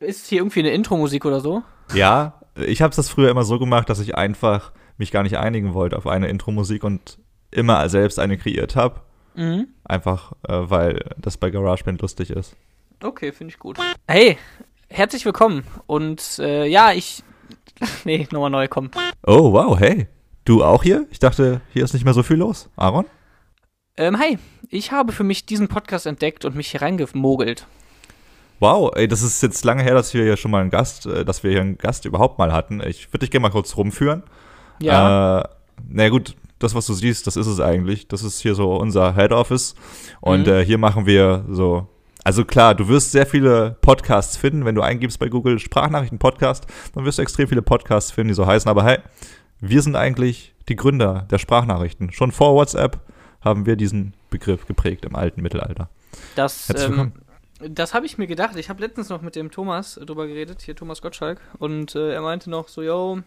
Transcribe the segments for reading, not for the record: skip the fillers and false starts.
Ist hier irgendwie eine Intro-Musik oder so? Ja, ich habe das früher immer so gemacht, dass ich einfach mich gar nicht einigen wollte auf eine Intro-Musik und immer selbst eine kreiert habe. Mhm. Einfach, weil das bei GarageBand lustig ist. Okay, finde ich gut. Hey, herzlich willkommen. Und Nee, nochmal neu, komm. Oh, wow, hey. Du auch hier? Ich dachte, hier ist nicht mehr so viel los. Aaron? Hi, ich habe für mich diesen Podcast entdeckt und mich hier reingemogelt. Wow, ey, das ist jetzt lange her, dass wir hier schon mal dass wir hier einen Gast überhaupt mal hatten. Ich würde dich gerne mal kurz rumführen. Ja. Na gut, das, was du siehst, das ist es eigentlich. Das ist hier so unser Head Office. Und hier machen wir so. Also klar, du wirst sehr viele Podcasts finden, wenn du eingibst bei Google Sprachnachrichten-Podcast, dann wirst du extrem viele Podcasts finden, die so heißen. Aber hey, wir sind eigentlich die Gründer der Sprachnachrichten. Schon vor WhatsApp haben wir diesen Begriff geprägt im alten Mittelalter. Das habe ich mir gedacht. Ich habe letztens noch mit dem Thomas drüber geredet, hier Thomas Gottschalk. Und er meinte noch so,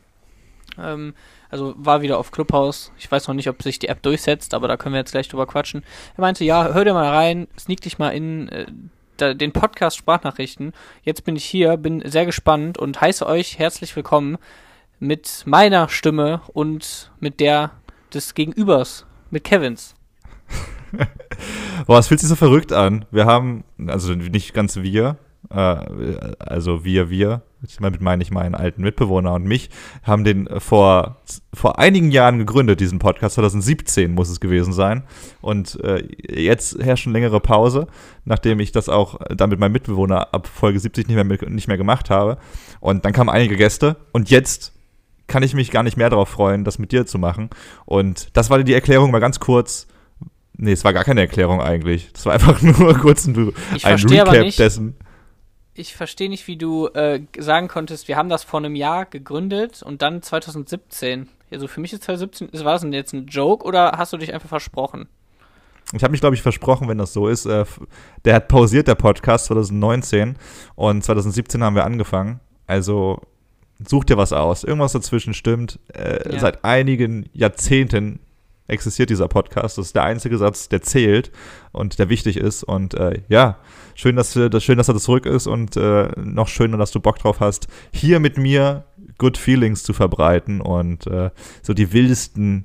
also war wieder auf Clubhouse. Ich weiß noch nicht, ob sich die App durchsetzt, aber da können wir jetzt gleich drüber quatschen. Er meinte, ja, hör dir mal rein, sneak dich mal in den Podcast Sprachnachrichten. Jetzt bin ich hier, bin sehr gespannt und heiße euch herzlich willkommen mit meiner Stimme und mit der des Gegenübers, mit Kevins. Boah, es fühlt sich so verrückt an. Wir haben, also nicht ganz wir, also wir, damit meine ich meinen alten Mitbewohner und mich, haben den vor einigen Jahren gegründet, diesen Podcast. 2017 muss es gewesen sein. Und jetzt herrscht eine längere Pause, nachdem ich das auch dann mit meinem Mitbewohner ab Folge 70 nicht mehr gemacht habe. Und dann kamen einige Gäste und jetzt kann ich mich gar nicht mehr darauf freuen, das mit dir zu machen. Und das war die Erklärung mal ganz kurz. Nee, es war gar keine Erklärung eigentlich. Das war einfach nur kurz ein Recap dessen. Ich verstehe nicht, wie du sagen konntest, wir haben das vor einem Jahr gegründet und dann 2017. Also für mich ist 2017, war das denn jetzt ein Joke oder hast du dich einfach versprochen? Ich habe mich, glaube ich, versprochen, wenn das so ist. Der hat pausiert, der Podcast, 2019. Und 2017 haben wir angefangen. Also such dir was aus. Irgendwas dazwischen stimmt. Ja. Seit einigen Jahrzehnten existiert dieser Podcast. Das ist der einzige Satz, der zählt und der wichtig ist. Und schön, dass er zurück ist und noch schöner, dass du Bock drauf hast, hier mit mir Good Feelings zu verbreiten und so die wildesten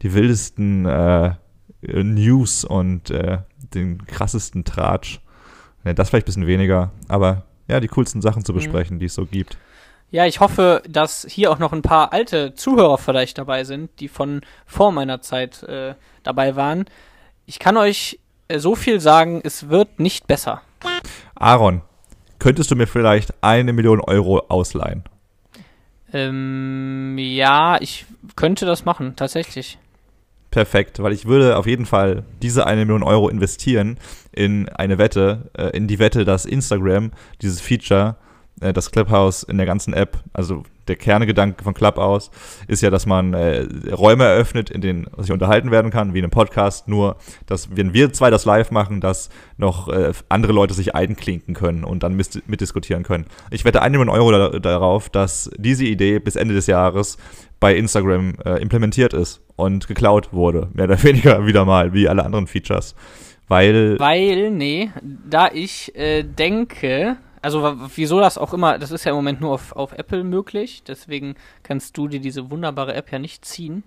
News und den krassesten Tratsch. Das vielleicht ein bisschen weniger, aber ja, die coolsten Sachen zu besprechen, die es so gibt. Ja, ich hoffe, dass hier auch noch ein paar alte Zuhörer vielleicht dabei sind, die von vor meiner Zeit dabei waren. Ich kann euch so viel sagen, es wird nicht besser. Aaron, könntest du mir vielleicht 1 Million Euro ausleihen? Ja, ich könnte das machen, tatsächlich. Perfekt, weil ich würde auf jeden Fall diese 1 Million Euro investieren in eine Wette, in die Wette, dass Instagram dieses Feature, das Clubhouse in der ganzen App, also der Kerngedanke von Clubhouse ist ja, dass man Räume eröffnet, in denen sich unterhalten werden kann, wie in einem Podcast, nur, dass wenn wir zwei das live machen, dass noch andere Leute sich einklinken können und dann mitdiskutieren können. Ich wette 1 Million Euro darauf, dass diese Idee bis Ende des Jahres bei Instagram implementiert ist und geklaut wurde, mehr oder weniger wieder mal, wie alle anderen Features. Da ich denke, also wieso das auch immer, das ist ja im Moment nur auf Apple möglich, deswegen kannst du dir diese wunderbare App ja nicht ziehen.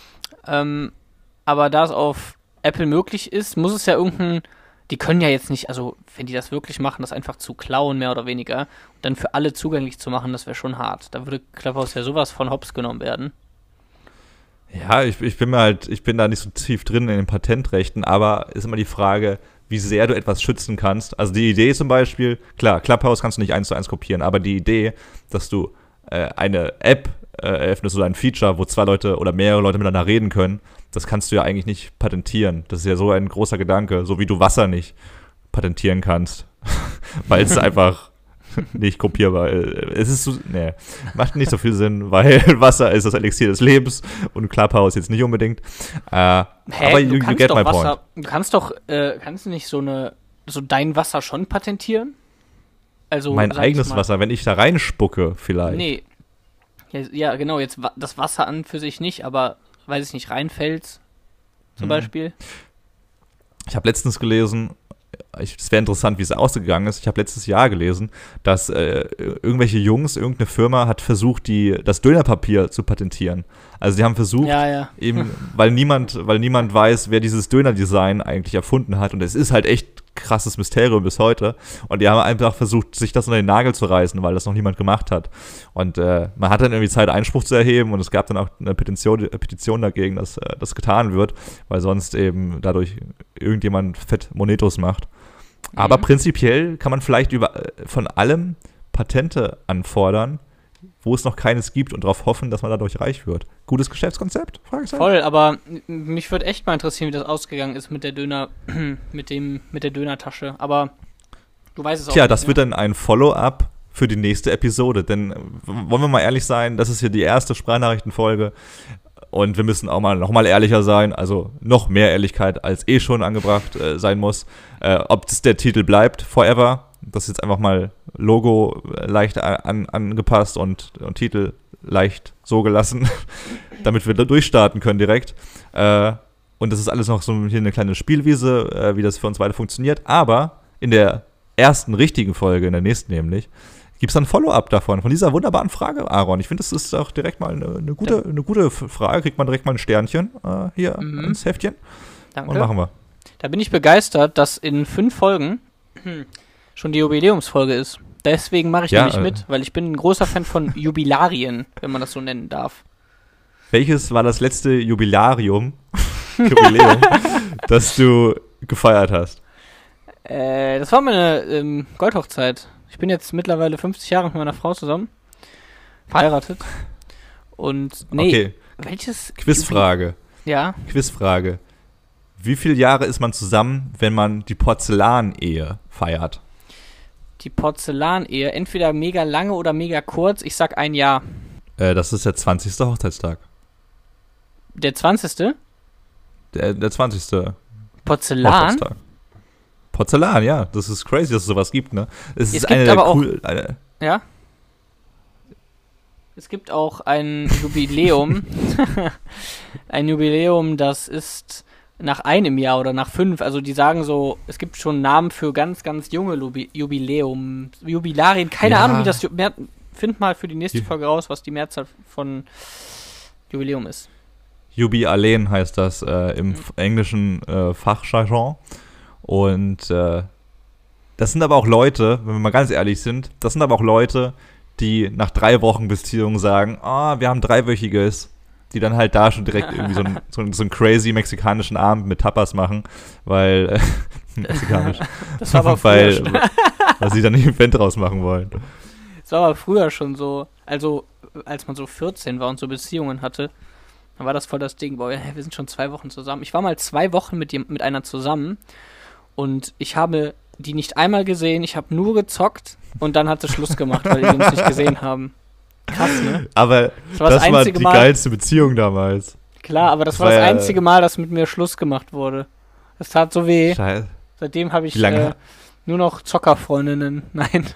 Aber da es auf Apple möglich ist, muss es ja die können ja jetzt nicht, also wenn die das wirklich machen, das einfach zu klauen, mehr oder weniger, und dann für alle zugänglich zu machen, das wäre schon hart. Da würde Clubhouse ja sowas von hops genommen werden. Ja, ich bin da nicht so tief drin in den Patentrechten, aber ist immer die Frage, wie sehr du etwas schützen kannst. Also die Idee zum Beispiel, klar, Clubhouse kannst du nicht 1:1 kopieren, aber die Idee, dass du eine App eröffnest oder ein Feature, wo 2 Leute oder mehrere Leute miteinander reden können, das kannst du ja eigentlich nicht patentieren. Das ist ja so ein großer Gedanke, so wie du Wasser nicht patentieren kannst, weil es einfach nicht kopierbar ist. Macht nicht so viel Sinn, weil Wasser ist das Elixier des Lebens und Clubhouse jetzt nicht unbedingt. Aber you get my point. Du kannst du nicht so dein Wasser schon patentieren? Also mein eigenes Wasser, wenn ich da reinspucke vielleicht. Nee. Ja, genau, jetzt das Wasser an für sich nicht, aber weiß ich nicht, reinfällt zum Beispiel. Ich habe letztens gelesen, es wäre interessant, wie es ausgegangen ist. Ich habe letztes Jahr gelesen, dass irgendwelche Jungs, irgendeine Firma hat versucht, das Dönerpapier zu patentieren. Also die haben versucht, eben, weil niemand weiß, wer dieses Dönerdesign eigentlich erfunden hat. Und es ist halt echt krasses Mysterium bis heute. Und die haben einfach versucht, sich das unter den Nagel zu reißen, weil das noch niemand gemacht hat. Und man hat dann irgendwie Zeit, Einspruch zu erheben. Und es gab dann auch eine Petition dagegen, dass das getan wird, weil sonst eben dadurch irgendjemand fett Monetos macht. Aber prinzipiell kann man vielleicht von allem Patente anfordern, wo es noch keines gibt und darauf hoffen, dass man dadurch reich wird. Gutes Geschäftskonzept? Voll, aber mich würde echt mal interessieren, wie das ausgegangen ist mit der mit der Dönertasche. Aber du weißt es auch nicht. Das wird dann ein Follow-up für die nächste Episode. Denn, wollen wir mal ehrlich sein, das ist hier die erste Sprachnachrichtenfolge. Und wir müssen auch noch mal ehrlicher sein, also noch mehr Ehrlichkeit als schon angebracht sein muss. Ob das der Titel bleibt, Forever, das ist jetzt einfach mal Logo leicht angepasst und Titel leicht so gelassen, damit wir da durchstarten können direkt. Und das ist alles noch so hier eine kleine Spielwiese, wie das für uns beide funktioniert. Aber in der ersten richtigen Folge, in der nächsten nämlich, gibt es dann ein Follow-up davon, von dieser wunderbaren Frage, Aaron. Ich finde, das ist auch direkt mal eine gute Frage. Kriegt man direkt mal ein Sternchen hier ins Heftchen. Danke. Und machen wir. Da bin ich begeistert, dass in 5 Folgen schon die Jubiläumsfolge ist. Deswegen mache ich nämlich mit, weil ich bin ein großer Fan von Jubilarien, wenn man das so nennen darf. Welches war das letzte Jubiläum, das du gefeiert hast? Das war meine Goldhochzeit. Ich bin jetzt mittlerweile 50 Jahre mit meiner Frau zusammen. Verheiratet. Und, welches... Quizfrage. Ja? Quizfrage. Wie viele Jahre ist man zusammen, wenn man die Porzellanehe feiert? Die Porzellanehe, entweder mega lange oder mega kurz. Ich sag 1 Jahr. Das ist der 20. Hochzeitstag. Der 20.? Der 20. Porzellan? Hochzeitstag. Porzellan, ja. Das ist crazy, dass es sowas gibt, ne? Es gibt aber auch... Ja? Es gibt auch ein Jubiläum. Ein Jubiläum, das ist nach 1 Jahr oder nach 5. Also die sagen so, es gibt schon Namen für ganz, ganz junge Jubilarien. Keine Ahnung, wie das... Find mal für die nächste Folge raus, was die Mehrzahl von Jubiläum ist. Jubiläen heißt das im englischen Fachjargon. Und das sind aber auch Leute, wenn wir mal ganz ehrlich sind, das sind aber auch Leute, die nach 3 Wochen Beziehung sagen, wir haben 3-wöchiges, die dann halt da schon direkt irgendwie so einen crazy mexikanischen Abend mit Tapas machen, weil mexikanisch. Das war aber früher weil sie dann ein Event draus machen wollen. Das war aber früher schon so, also als man so 14 war und so Beziehungen hatte, dann war das voll das Ding, boah, wir sind schon 2 Wochen zusammen. Ich war mal 2 Wochen mit einer zusammen und ich habe die nicht einmal gesehen, ich habe nur gezockt und dann hat sie Schluss gemacht, weil wir uns nicht gesehen haben. Krass, ne? Aber das war die geilste Beziehung damals. Klar, aber das war das einzige Mal, dass mit mir Schluss gemacht wurde. Das tat so weh. Scheiße. Seitdem habe ich nur noch Zockerfreundinnen. Nein.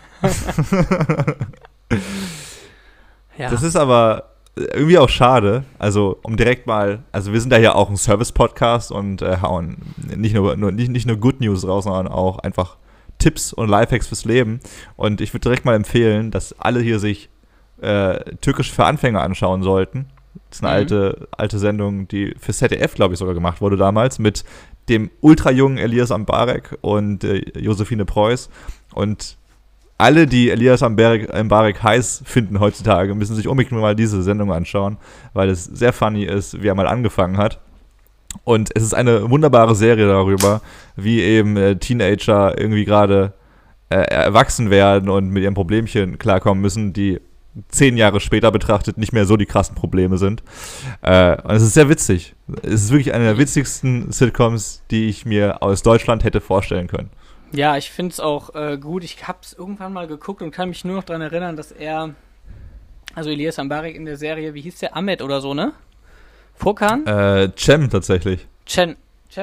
Ja. Das ist aber irgendwie auch schade. Also, um direkt mal, also wir sind da ja auch ein Service-Podcast und hauen nicht nur Good News raus, sondern auch einfach Tipps und Lifehacks fürs Leben. Und ich würde direkt mal empfehlen, dass alle hier sich Türkisch für Anfänger anschauen sollten. Das ist eine alte Sendung, die für ZDF, glaube ich, sogar gemacht wurde damals, mit dem ultrajungen Elias Mbarek und Josephine Preuß. Und alle, die Elias Mbarek heiß finden heutzutage, müssen sich unbedingt mal diese Sendung anschauen, weil es sehr funny ist, wie er mal angefangen hat. Und es ist eine wunderbare Serie darüber, wie eben Teenager irgendwie gerade erwachsen werden und mit ihren Problemchen klarkommen müssen, die 10 Jahre später betrachtet nicht mehr so die krassen Probleme sind. Und es ist sehr witzig. Es ist wirklich eine der witzigsten Sitcoms, die ich mir aus Deutschland hätte vorstellen können. Ja, ich finde es auch gut. Ich habe es irgendwann mal geguckt und kann mich nur noch daran erinnern, dass also Elias Mbarek in der Serie, wie hieß der? Ahmed oder so, ne? Furkan? Cem tatsächlich. Cem?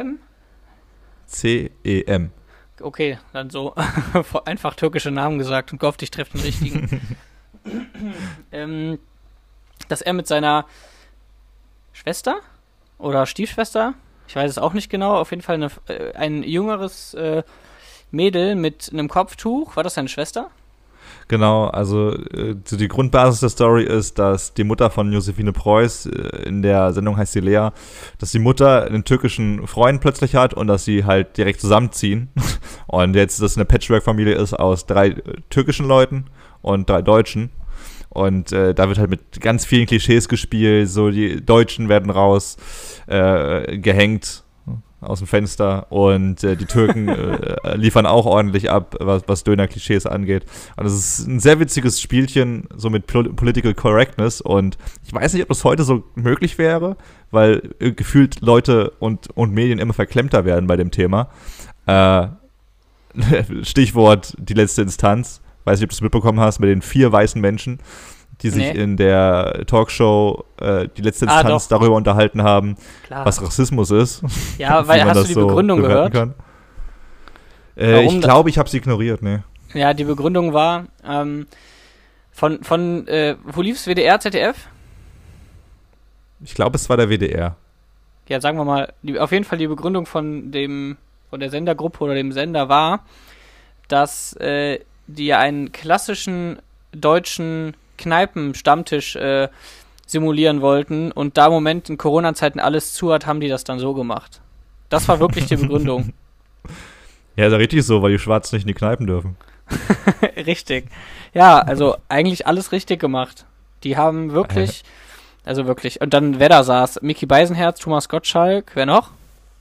C-E-M. Okay, dann so einfach türkische Namen gesagt und gehofft, ich treffe den richtigen. Dass er mit seiner Schwester oder Stiefschwester, ich weiß es auch nicht genau, auf jeden Fall ein jüngeres Mädel mit einem Kopftuch. War das seine Schwester? Genau, also so die Grundbasis der Story ist, dass die Mutter von Josephine Preuß, in der Sendung heißt sie Lea, dass die Mutter einen türkischen Freund plötzlich hat und dass sie halt direkt zusammenziehen. Und jetzt das eine Patchwork-Familie ist aus 3 türkischen Leuten und 3 Deutschen. Und da wird halt mit ganz vielen Klischees gespielt, so die Deutschen werden raus gehängt aus dem Fenster und die Türken liefern auch ordentlich ab, was Döner-Klischees angeht. Und es ist ein sehr witziges Spielchen, so mit Political Correctness, und ich weiß nicht, ob das heute so möglich wäre, weil gefühlt Leute und Medien immer verklemmter werden bei dem Thema. Stichwort die letzte Instanz. Weiß nicht, ob du es mitbekommen hast, mit den 4 weißen Menschen, die sich in der Talkshow die letzte Instanz darüber unterhalten haben, was Rassismus ist. Ja, weil hast du die so Begründung gehört? Ich glaube, ich habe sie ignoriert, ne. Ja, die Begründung war wo lief's? WDR, ZDF? Ich glaube, es war der WDR. Ja, sagen wir mal, auf jeden Fall die Begründung von der Sendergruppe oder dem Sender war, dass die ja einen klassischen deutschen Kneipenstammtisch simulieren wollten und da im Moment in Corona-Zeiten alles zu hat, haben die das dann so gemacht. Das war wirklich die Begründung. Ja, ist ja richtig so, weil die Schwarzen nicht in die Kneipen dürfen. Richtig. Ja, also eigentlich alles richtig gemacht. Die haben wirklich, und dann wer da saß, Micky Beisenherz, Thomas Gottschalk, wer noch?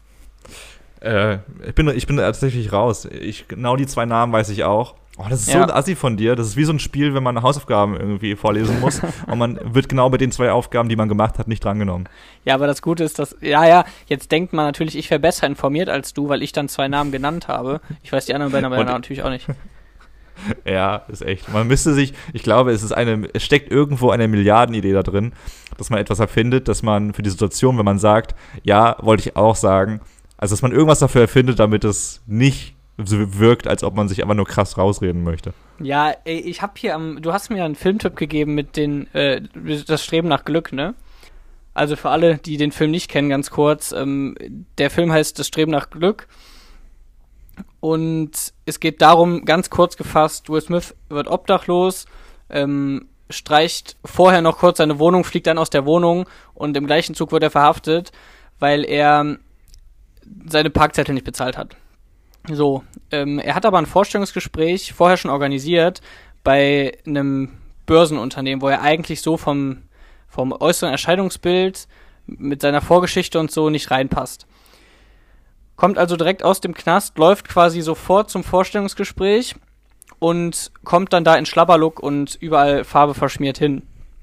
Ich bin tatsächlich raus. Genau die 2 Namen weiß ich auch. Oh, das ist so ein Assi von dir. Das ist wie so ein Spiel, wenn man Hausaufgaben irgendwie vorlesen muss und man wird genau bei den 2 Aufgaben, die man gemacht hat, nicht drangenommen. Ja, aber das Gute ist, dass, jetzt denkt man natürlich, ich wäre besser informiert als du, weil ich dann 2 Namen genannt habe. Ich weiß die anderen beiden aber natürlich auch nicht. Ja, ist echt. Man müsste sich, ich glaube, es steckt irgendwo eine Milliardenidee da drin, dass man etwas erfindet, dass man für die Situation, wenn man sagt, ja, wollte ich auch sagen, also dass man irgendwas dafür erfindet, damit es nicht so wirkt, als ob man sich einfach nur krass rausreden möchte. Ja, ich habe hier du hast mir einen Filmtipp gegeben mit das Streben nach Glück, ne? Also für alle, die den Film nicht kennen, ganz kurz, der Film heißt Das Streben nach Glück und es geht darum, ganz kurz gefasst, Will Smith wird obdachlos, streicht vorher noch kurz seine Wohnung, fliegt dann aus der Wohnung und im gleichen Zug wird er verhaftet, weil er seine Parkzettel nicht bezahlt hat. So, er hat aber ein Vorstellungsgespräch vorher schon organisiert bei einem Börsenunternehmen, wo er eigentlich so vom äußeren Erscheinungsbild mit seiner Vorgeschichte und so nicht reinpasst. Kommt also direkt aus dem Knast, läuft quasi sofort zum Vorstellungsgespräch und kommt dann da in Schlabberlook und überall Farbe verschmiert hin.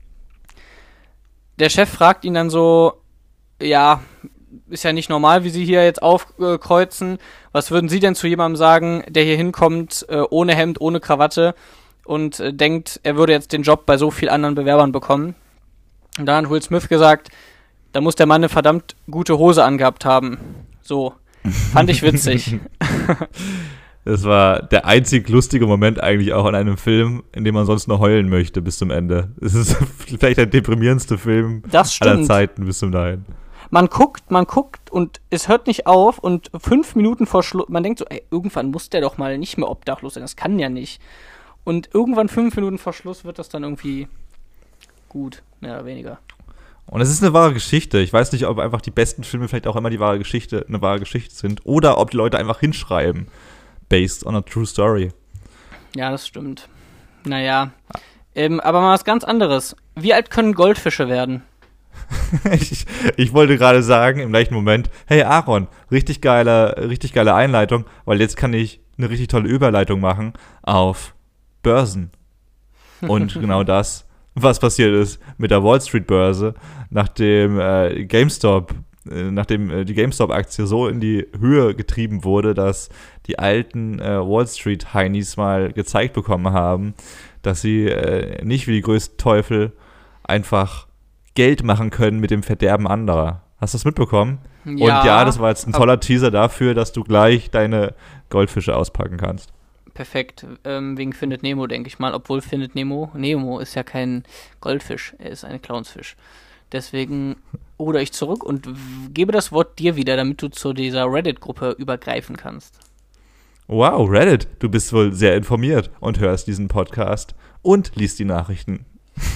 Der Chef fragt ihn dann so, ja, ist ja nicht normal, wie Sie hier jetzt aufkreuzen. Was würden Sie denn zu jemandem sagen, der hier hinkommt, ohne Hemd, ohne Krawatte und denkt, er würde jetzt den Job bei so vielen anderen Bewerbern bekommen? Und da hat Will Smith gesagt, da muss der Mann eine verdammt gute Hose angehabt haben. So, fand ich witzig. Das war der einzig lustige Moment eigentlich auch in einem Film, in dem man sonst nur heulen möchte bis zum Ende. Es ist vielleicht der deprimierendste Film aller Zeiten bis zum dahin. Man guckt und es hört nicht auf und 5 Minuten vor Schluss, man denkt so, ey, irgendwann muss der doch mal nicht mehr obdachlos sein, das kann ja nicht. Und irgendwann 5 Minuten vor Schluss wird das dann irgendwie gut, mehr oder weniger. Und es ist eine wahre Geschichte. Ich weiß nicht, ob einfach die besten Filme vielleicht auch immer eine wahre Geschichte sind oder ob die Leute einfach hinschreiben, based on a true story. Ja, das stimmt. Naja, aber mal was ganz anderes. Wie alt können Goldfische werden? Ich wollte gerade sagen, im gleichen Moment, hey Aaron, richtig geile Einleitung, weil jetzt kann ich eine richtig tolle Überleitung machen auf Börsen. Und genau das, was passiert ist mit der Wall Street Börse, nachdem die GameStop-Aktie so in die Höhe getrieben wurde, dass die alten Wall Street Heinis mal gezeigt bekommen haben, dass sie nicht wie die größten Teufel einfach Geld machen können mit dem Verderben anderer. Hast du das mitbekommen? Ja. Und ja, das war jetzt ein toller Teaser dafür, dass du gleich deine Goldfische auspacken kannst. Perfekt. Wegen Findet Nemo, denke ich mal. Obwohl Nemo ist ja kein Goldfisch, er ist ein Clownsfisch. Deswegen ruder ich zurück und gebe das Wort dir wieder, damit du zu dieser Reddit-Gruppe übergreifen kannst. Wow, Reddit, du bist wohl sehr informiert und hörst diesen Podcast und liest die Nachrichten.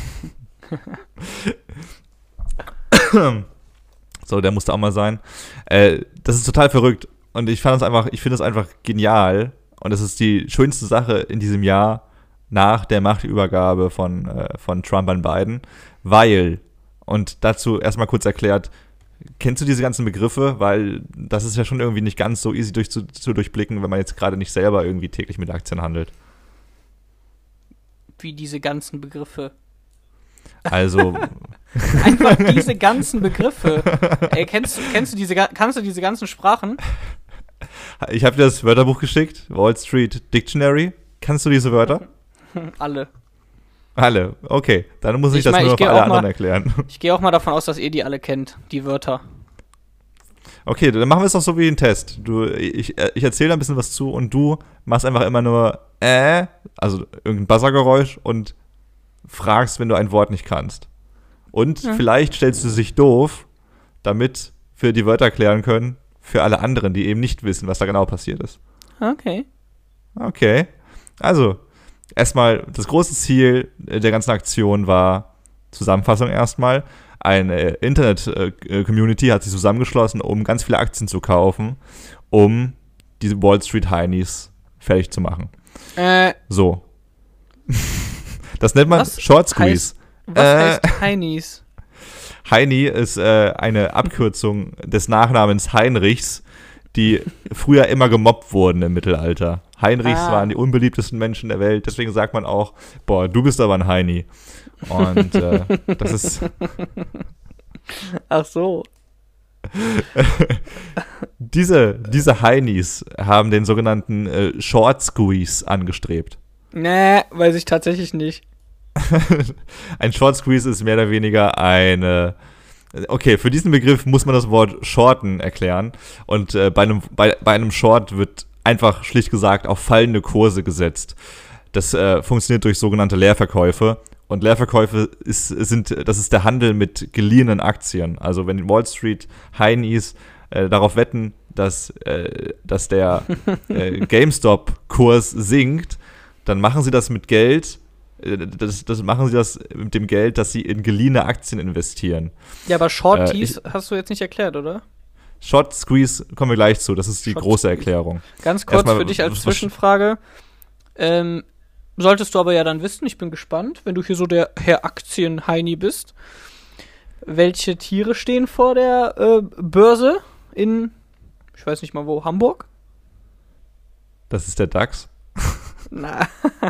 So, der musste auch mal sein. Das ist total verrückt und ich finde es einfach genial und es ist die schönste Sache in diesem Jahr nach der Machtübergabe von Trump an Biden, weil, und dazu erstmal kurz erklärt, kennst du diese ganzen Begriffe? Weil das ist ja schon irgendwie nicht ganz so easy zu durchblicken, wenn man jetzt gerade nicht selber irgendwie täglich mit Aktien handelt. Wie diese ganzen Begriffe. Also Einfach diese ganzen Begriffe. Ey, kannst du diese ganzen Sprachen? ich habe dir das Wörterbuch geschickt, Wall Street Dictionary. Kannst du diese Wörter? Alle. Alle, okay. Dann muss ich das nur noch für alle anderen erklären. Ich gehe auch mal davon aus, dass ihr die alle kennt, die Wörter. Okay, dann machen wir es doch so wie ein Test. Ich erzähle da ein bisschen was zu und du machst einfach immer nur also irgendein Buzzergeräusch und fragst, wenn du ein Wort nicht kannst. Und vielleicht stellst du dich doof, damit wir die Wörter erklären können für alle anderen, die eben nicht wissen, was da genau passiert ist. Okay. Okay. Also, erstmal, das große Ziel der ganzen Aktion war, Zusammenfassung erstmal, eine Internet-Community hat sich zusammengeschlossen, um ganz viele Aktien zu kaufen, um diese Wall Street Heinies fertig zu machen. So. Das nennt man Short Squeeze. Was heißt Heinies? Heini ist eine Abkürzung des Nachnamens Heinrichs, die früher immer gemobbt wurden im Mittelalter. Heinrichs waren die unbeliebtesten Menschen der Welt, deswegen sagt man auch, boah, du bist aber ein Heini. Und das ist... Ach so. Diese Heinis haben den sogenannten Short Squeeze angestrebt. Nee, weiß ich tatsächlich nicht. Ein Short Squeeze ist mehr oder weniger eine... Okay, für diesen Begriff muss man das Wort Shorten erklären. Und bei einem Short wird einfach schlicht gesagt auf fallende Kurse gesetzt. Das funktioniert durch sogenannte Leerverkäufe. Und Leerverkäufe das ist der Handel mit geliehenen Aktien. Also wenn Wall Street Heinis darauf wetten, dass der GameStop-Kurs sinkt, dann machen sie das mit Geld. Das machen sie das mit dem Geld, das sie in geliehene Aktien investieren. Ja, aber Shorties hast du jetzt nicht erklärt, oder? Short Squeeze kommen wir gleich zu. Das ist die große Erklärung. Ganz kurz erstmal, für dich als Zwischenfrage. Solltest du aber ja dann wissen, ich bin gespannt, wenn du hier so der Herr Aktien-Heini bist. Welche Tiere stehen vor der Börse in, ich weiß nicht mal wo, Hamburg? Das ist der DAX. Na.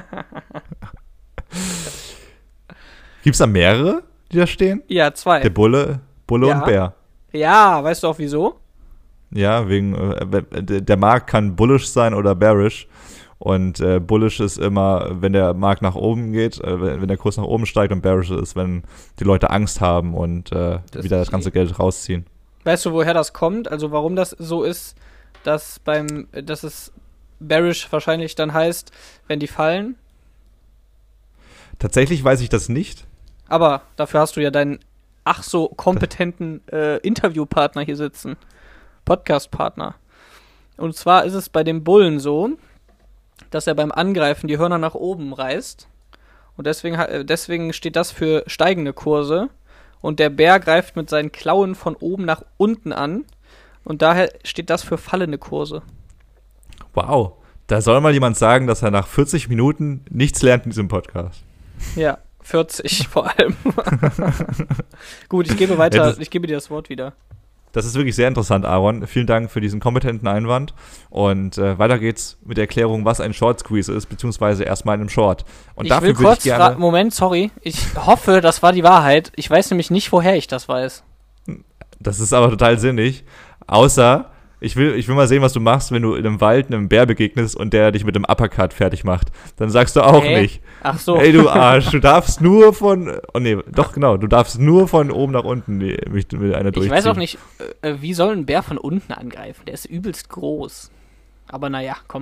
Gibt's da mehrere, die da stehen? Ja, 2. Der Bulle und Bär. Ja, weißt du auch wieso? Ja, wegen der Markt kann bullish sein oder bearish. Und bullish ist immer, wenn der Markt nach oben geht, wenn der Kurs nach oben steigt, und bearish ist, wenn die Leute Angst haben und wieder das ganze Geld rausziehen. Weißt du, woher das kommt? Also warum das so ist, dass es bearish wahrscheinlich dann heißt, wenn die fallen? Tatsächlich weiß ich das nicht. Aber dafür hast du ja deinen ach so kompetenten Interviewpartner hier sitzen. Podcastpartner. Und zwar ist es bei dem Bullen so, dass er beim Angreifen die Hörner nach oben reißt. Und deswegen steht das für steigende Kurse. Und der Bär greift mit seinen Klauen von oben nach unten an. Und daher steht das für fallende Kurse. Wow. Da soll mal jemand sagen, dass er nach 40 Minuten nichts lernt in diesem Podcast. Ja, 40 vor allem. Gut, ich gebe weiter. Ich gebe dir das Wort wieder. Das ist wirklich sehr interessant, Aaron. Vielen Dank für diesen kompetenten Einwand. Und weiter geht's mit der Erklärung, was ein Short Squeeze ist, beziehungsweise erstmal in einem Short. Und ich will kurz Moment, sorry. Ich hoffe, das war die Wahrheit. Ich weiß nämlich nicht, woher ich das weiß. Das ist aber total sinnig. Außer, ich will mal sehen, was du machst, wenn du in einem Wald einem Bär begegnest und der dich mit einem Uppercut fertig macht. Dann sagst du auch nicht. Ach so. Ey, du Arsch, du darfst nur von... Oh nee, doch genau, du darfst nur von oben nach unten mit einer durchziehen. Ich weiß auch nicht, wie soll ein Bär von unten angreifen? Der ist übelst groß. Aber naja, komm.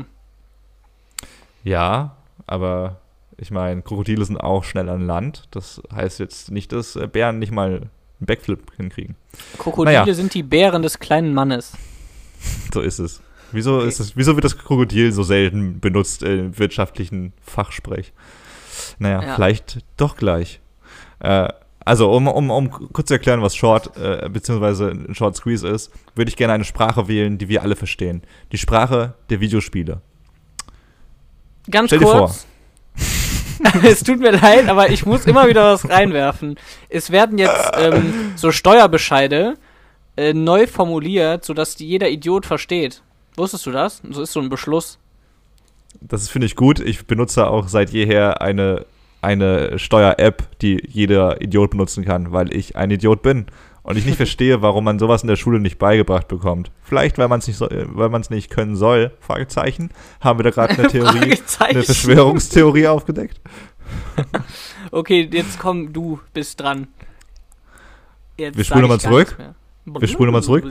Ja, aber ich meine, Krokodile sind auch schnell an Land. Das heißt jetzt nicht, dass Bären nicht mal einen Backflip hinkriegen. Krokodile sind die Bären des kleinen Mannes. So ist es. Wieso Okay. wieso wird das Krokodil so selten benutzt im wirtschaftlichen Fachsprech? Naja, Ja. vielleicht doch gleich. Also, um kurz zu erklären, was Short beziehungsweise ein Short Squeeze ist, würde ich gerne eine Sprache wählen, die wir alle verstehen. Die Sprache der Videospiele. Ganz Stell dir kurz. Es tut mir leid, aber ich muss immer wieder was reinwerfen. Es werden jetzt so Steuerbescheide neu formuliert, sodass die jeder Idiot versteht. Wusstest du das? So ist so ein Beschluss. Das finde ich gut. Ich benutze auch seit jeher eine Steuer-App, die jeder Idiot benutzen kann, weil ich ein Idiot bin und ich nicht verstehe, warum man sowas in der Schule nicht beigebracht bekommt. Vielleicht, weil man es nicht können soll, Fragezeichen. Haben wir da gerade eine Theorie, Fragezeichen. eine Verschwörungstheorie aufgedeckt? Okay, jetzt komm, du bist dran. Jetzt Wir sag spulen ich nochmal gar zurück. nichts mehr. Wir spulen nochmal zurück.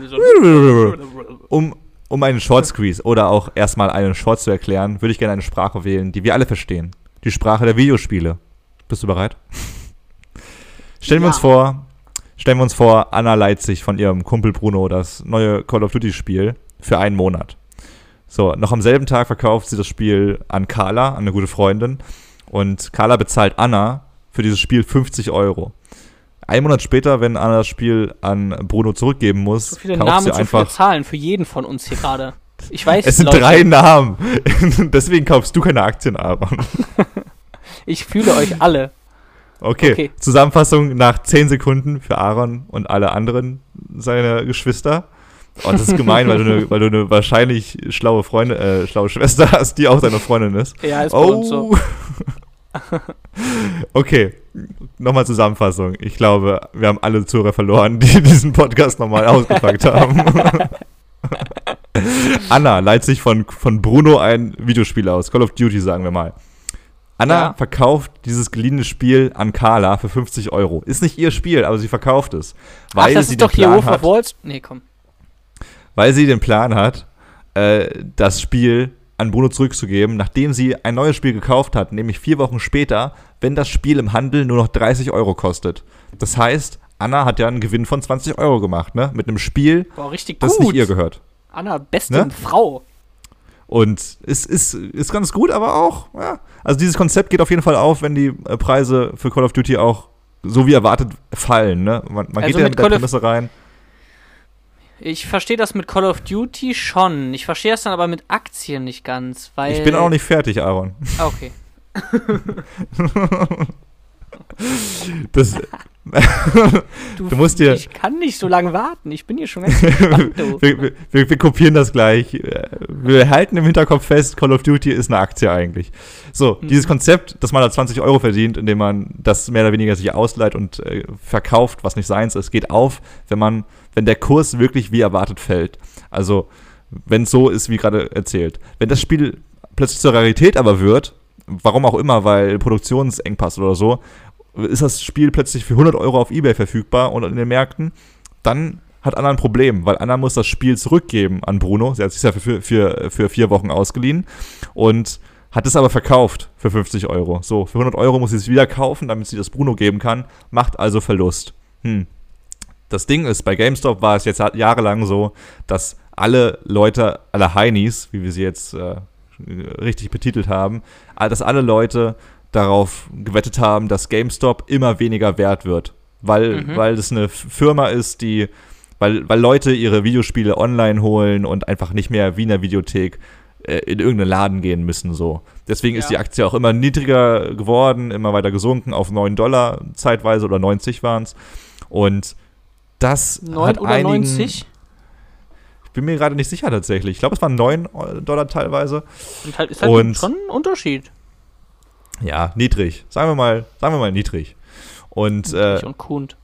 Um einen Short Squeeze oder auch erstmal einen Short zu erklären, würde ich gerne eine Sprache wählen, die wir alle verstehen. Die Sprache der Videospiele. Bist du bereit? Stellen wir uns vor, Anna leiht sich von ihrem Kumpel Bruno das neue Call of Duty Spiel für einen Monat. So, noch am selben Tag verkauft sie das Spiel an Carla, an eine gute Freundin. Und Carla bezahlt Anna für dieses Spiel 50 €. Einen Monat später, wenn Anna das Spiel an Bruno zurückgeben muss, So viele kauft Namen, sie so einfach. viele Zahlen für jeden von uns hier gerade. Ich weiß, Es sind Leute, 3 Namen. Deswegen kaufst du keine Aktien, Aaron. ich fühle euch alle. Okay. Zusammenfassung nach 10 Sekunden für Aaron und alle anderen seine Geschwister. Oh, das ist gemein, weil du eine wahrscheinlich schlaue Schwester hast, die auch deine Freundin ist. Ja, ist bei uns so. Okay, nochmal Zusammenfassung. Ich glaube, wir haben alle Zuhörer verloren, die diesen Podcast nochmal ausgepackt haben. Anna leiht sich von Bruno ein Videospiel aus. Call of Duty, sagen wir mal. Anna verkauft dieses geliehene Spiel an Carla für 50 €. Ist nicht ihr Spiel, aber sie verkauft es. Weil Das sie ist doch den hier Plan Wolf of hat, Wall Street. Nee, komm. weil sie den Plan hat, das Spiel an Bruno zurückzugeben, nachdem sie ein neues Spiel gekauft hat, nämlich 4 Wochen später, wenn das Spiel im Handel nur noch 30 € kostet. Das heißt, Anna hat ja einen Gewinn von 20 € gemacht, ne? Mit einem Spiel, Boah, richtig das gut. nicht ihr gehört. Anna, beste Ne? Frau. Und ist ganz gut, aber auch, ja. Also dieses Konzept geht auf jeden Fall auf, wenn die Preise für Call of Duty auch so wie erwartet fallen, ne? Man Also geht ja mit mit der Prämisse rein. Ich verstehe das mit Call of Duty schon. Ich verstehe das dann aber mit Aktien nicht ganz, weil... Ich bin auch noch nicht fertig, Aaron. Ah, okay. Das, Du musst dir- Ich kann nicht so lange warten. Ich bin hier schon ganz gespannt, du. wir kopieren das gleich. Wir halten im Hinterkopf fest, Call of Duty ist eine Aktie eigentlich. So, dieses Konzept, dass man da 20 € verdient, indem man das mehr oder weniger sich ausleiht und verkauft, was nicht seins ist, geht auf, wenn der Kurs wirklich wie erwartet fällt. Also, wenn es so ist, wie gerade erzählt. Wenn das Spiel plötzlich zur Rarität aber wird, warum auch immer, weil Produktionsengpass oder so, ist das Spiel plötzlich für 100 € auf eBay verfügbar und in den Märkten, dann hat Anna ein Problem, weil Anna muss das Spiel zurückgeben an Bruno. Sie hat es sich ja für 4 Wochen ausgeliehen und hat es aber verkauft für 50 €. So, für 100 € muss sie es wieder kaufen, damit sie das Bruno geben kann, macht also Verlust. Das Ding ist, bei GameStop war es jetzt jahrelang so, dass alle Leute, alle Heinis, wie wir sie jetzt richtig betitelt haben, dass alle Leute darauf gewettet haben, dass GameStop immer weniger wert wird. Weil das eine Firma ist, weil Leute ihre Videospiele online holen und einfach nicht mehr wie in der Videothek in irgendeinen Laden gehen müssen. So. Deswegen ist die Aktie auch immer niedriger geworden, immer weiter gesunken auf $9 zeitweise oder 90 waren es. Und das 9 hat oder einigen... 90? Ich bin mir gerade nicht sicher tatsächlich. Ich glaube, es waren $9 teilweise. Und halt, ist halt schon ein Unterschied. Ja, niedrig. Sagen wir mal niedrig. Und Kund.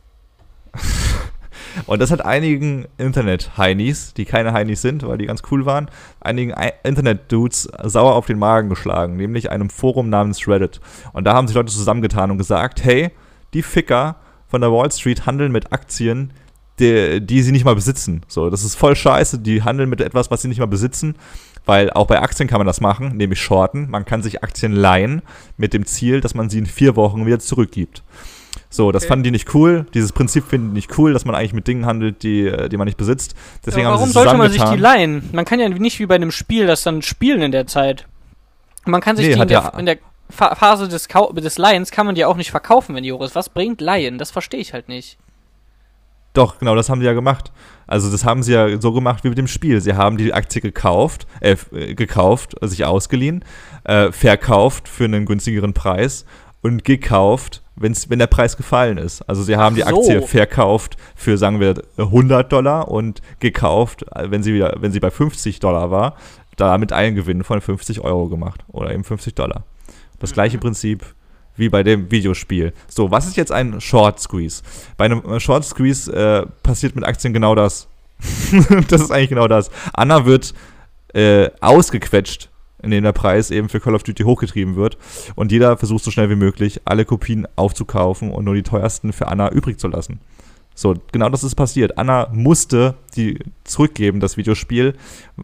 und das hat einigen Internet-Heinis, die keine Heinis sind, weil die ganz cool waren, einigen Internet-Dudes sauer auf den Magen geschlagen, nämlich einem Forum namens Reddit. Und da haben sich Leute zusammengetan und gesagt, hey, die Ficker von der Wall Street handeln mit Aktien, die sie nicht mal besitzen. So, das ist voll scheiße, die handeln mit etwas, was sie nicht mal besitzen. Weil auch bei Aktien kann man das machen, nämlich shorten. Man kann sich Aktien leihen mit dem Ziel, dass man sie in 4 Wochen wieder zurückgibt. So, das fanden die nicht cool. Dieses Prinzip finden die nicht cool, dass man eigentlich mit Dingen handelt, die man nicht besitzt. Deswegen aber haben sie warum sollte man sich zusammengetan. die leihen? Man kann ja nicht wie bei einem Spiel das dann spielen in der Zeit. Man kann sich die in der Phase des Leihens kann man die auch nicht verkaufen, wenn die hoch ist. Was bringt Leihen? Das verstehe ich halt nicht. Doch, genau, das haben die ja gemacht. Also das haben sie ja so gemacht wie mit dem Spiel. Sie haben die Aktie gekauft, sich ausgeliehen, verkauft für einen günstigeren Preis und gekauft, wenn der Preis gefallen ist. Also sie haben die Aktie verkauft für, sagen wir, $100 und gekauft, wenn sie bei $50 war, damit einen Gewinn von 50 Euro gemacht oder eben $50. Das gleiche Prinzip wie bei dem Videospiel. So, was ist jetzt ein Short Squeeze? Bei einem Short Squeeze passiert mit Aktien genau das. Das ist eigentlich genau das. Anna wird ausgequetscht, indem der Preis eben für Call of Duty hochgetrieben wird und jeder versucht so schnell wie möglich, alle Kopien aufzukaufen und nur die teuersten für Anna übrig zu lassen. So, genau das ist passiert. Anna musste die zurückgeben, das Videospiel,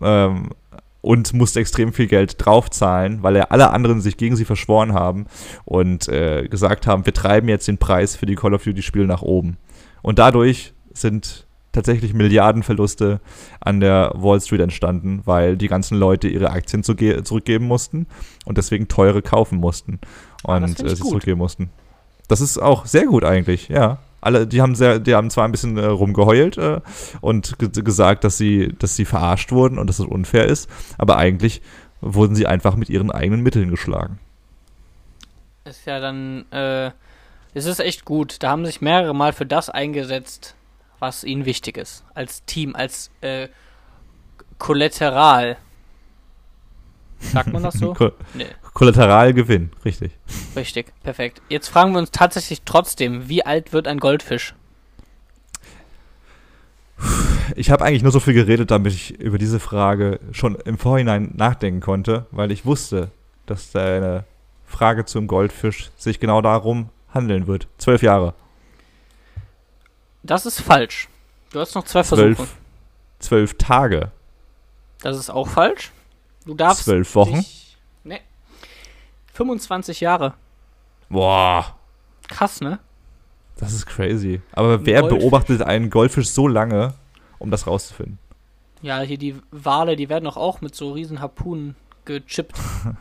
und musste extrem viel Geld draufzahlen, weil alle anderen sich gegen sie verschworen haben und gesagt haben, wir treiben jetzt den Preis für die Call of Duty-Spiele nach oben. Und dadurch sind tatsächlich Milliardenverluste an der Wall Street entstanden, weil die ganzen Leute ihre Aktien zurückgeben mussten und deswegen teure kaufen mussten und sie zurückgeben mussten. Das ist auch sehr gut eigentlich, ja. Die haben zwar ein bisschen rumgeheult und gesagt, dass sie verarscht wurden und dass es unfair ist, aber eigentlich wurden sie einfach mit ihren eigenen Mitteln geschlagen. Ist ja dann, es ist echt gut. Da haben sich mehrere Mal für das eingesetzt, was ihnen wichtig ist. Als Team, als Kollateral. Sagt man das so? Nee. Kollateralgewinn, richtig. Richtig, perfekt. Jetzt fragen wir uns tatsächlich trotzdem, wie alt wird ein Goldfisch? Ich habe eigentlich nur so viel geredet, damit ich über diese Frage schon im Vorhinein nachdenken konnte, weil ich wusste, dass deine Frage zum Goldfisch sich genau darum handeln wird. 12 Jahre. Das ist falsch. Du hast noch 2 Versuche. 12 Tage. Das ist auch falsch. Du darfst 12 Wochen? 25 Jahre. Boah. Krass, ne? Das ist crazy. Aber wer beobachtet einen Goldfisch so lange, um das rauszufinden? Ja, hier die Wale, die werden doch auch mit so riesen Harpunen gechippt.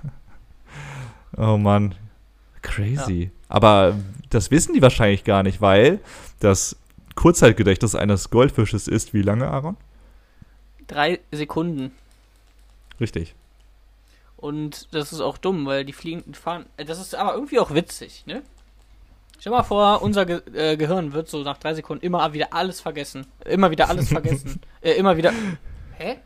Oh Mann. Crazy. Ja. Aber das wissen die wahrscheinlich gar nicht, weil das Kurzzeitgedächtnis eines Goldfisches ist wie lange, Aaron? 3 Sekunden. Richtig. Und das ist auch dumm, weil die fahren. Das ist aber irgendwie auch witzig, ne? Stell dir mal vor, unser Gehirn wird so nach 3 Sekunden immer wieder alles vergessen. Immer wieder alles vergessen. Immer wieder. Hä?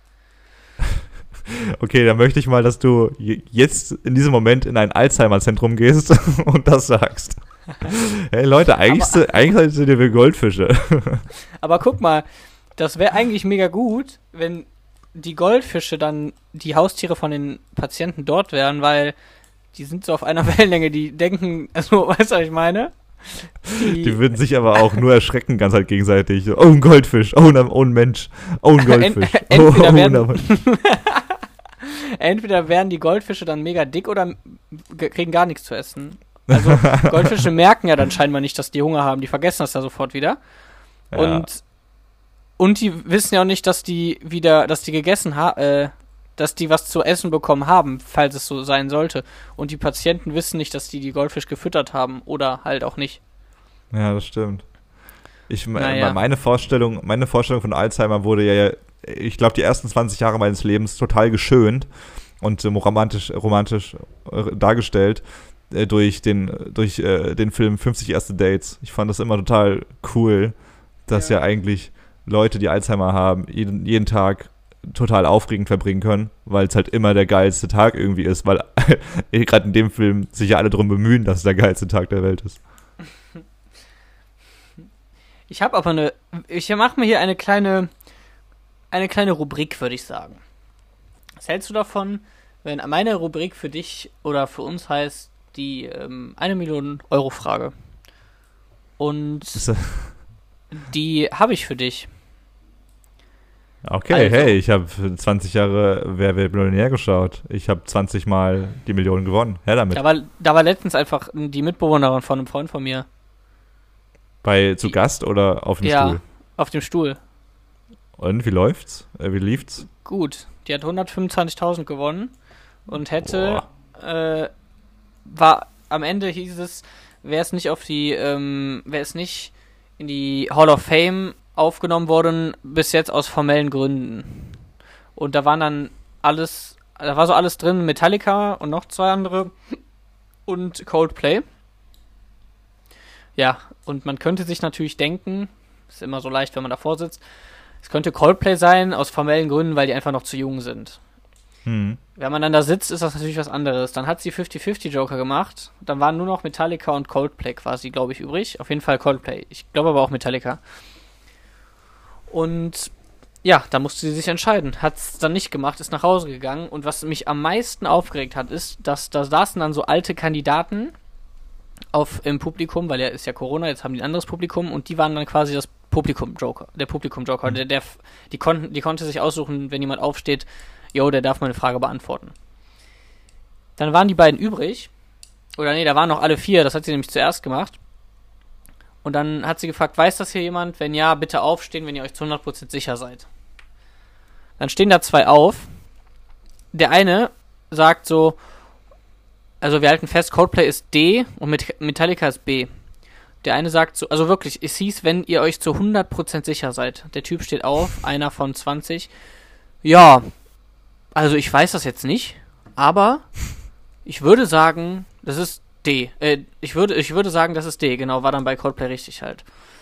Okay, dann möchte ich mal, dass du jetzt in diesem Moment in ein Alzheimer-Zentrum gehst und das sagst. Hey Leute, eigentlich sind wir Goldfische. Aber guck mal, das wäre eigentlich mega gut, wenn die Goldfische dann die Haustiere von den Patienten dort wären, weil die sind so auf einer Wellenlänge, die denken, also, weißt du, was ich meine? Die würden sich aber auch nur erschrecken, ganz halt gegenseitig. Oh, ein Goldfisch, oh, ein Mensch, oh, ein Goldfisch. Entweder werden die Goldfische dann mega dick oder kriegen gar nichts zu essen. Also Goldfische merken ja dann scheinbar nicht, dass die Hunger haben, die vergessen das ja sofort wieder. Ja. Und die wissen ja auch nicht, dass die gegessen haben, dass die was zu essen bekommen haben, falls es so sein sollte. Und die Patienten wissen nicht, dass die Goldfisch gefüttert haben oder halt auch nicht. Ja, das stimmt. Meine Vorstellung von Alzheimer wurde ja, ich glaube, die ersten 20 Jahre meines Lebens total geschönt und romantisch dargestellt durch den Film 50 erste Dates. Ich fand das immer total cool, dass ja eigentlich Leute, die Alzheimer haben, jeden Tag total aufregend verbringen können, weil es halt immer der geilste Tag irgendwie ist, weil gerade in dem Film sich ja alle darum bemühen, dass es der geilste Tag der Welt ist. Ich mache mir hier eine kleine Rubrik, würde ich sagen. Was hältst du davon, wenn meine Rubrik für dich oder für uns heißt, die 1 Million Euro Frage? Und die habe ich für dich. Okay, also, hey, ich habe 20 Jahre Wer wird Millionär geschaut. Ich habe 20 Mal die Million gewonnen. Her damit. Da war letztens einfach die Mitbewohnerin von einem Freund von mir. Zu Gast oder auf dem Stuhl? Ja, auf dem Stuhl. Und wie läuft's? Wie lief's? Gut. Die hat 125.000 gewonnen und war am Ende hieß es, wäre es nicht in die Hall of Fame aufgenommen worden, bis jetzt aus formellen Gründen. Und da war so alles drin, Metallica und noch 2 andere und Coldplay. Ja, und man könnte sich natürlich denken, ist immer so leicht, wenn man davor sitzt, es könnte Coldplay sein, aus formellen Gründen, weil die einfach noch zu jung sind. Wenn man dann da sitzt, ist das natürlich was anderes. Dann hat sie 50-50 Joker gemacht, dann waren nur noch Metallica und Coldplay quasi, glaube ich, übrig. Auf jeden Fall Coldplay. Ich glaube aber auch Metallica. Und ja, da musste sie sich entscheiden. Hat es dann nicht gemacht, ist nach Hause gegangen. Und was mich am meisten aufgeregt hat, ist, dass da saßen dann so alte Kandidaten im Publikum, weil ja ist ja Corona, jetzt haben die ein anderes Publikum und die waren dann quasi der Publikum-Joker. Die konnte sich aussuchen, wenn jemand aufsteht, der darf mal eine Frage beantworten. Dann waren die beiden übrig, oder nee, da waren noch alle 4, das hat sie nämlich zuerst gemacht. Und dann hat sie gefragt, weiß das hier jemand? Wenn ja, bitte aufstehen, wenn ihr euch zu 100% sicher seid. Dann stehen da 2 auf. Der eine sagt so, also wir halten fest, Coldplay ist D und Metallica ist B. Der eine sagt so, also wirklich, es hieß, wenn ihr euch zu 100% sicher seid. Der Typ steht auf, einer von 20. Ja, also ich weiß das jetzt nicht, aber ich würde sagen, das ist D. Ich würde sagen, das ist D, genau, war dann bei Coldplay richtig halt.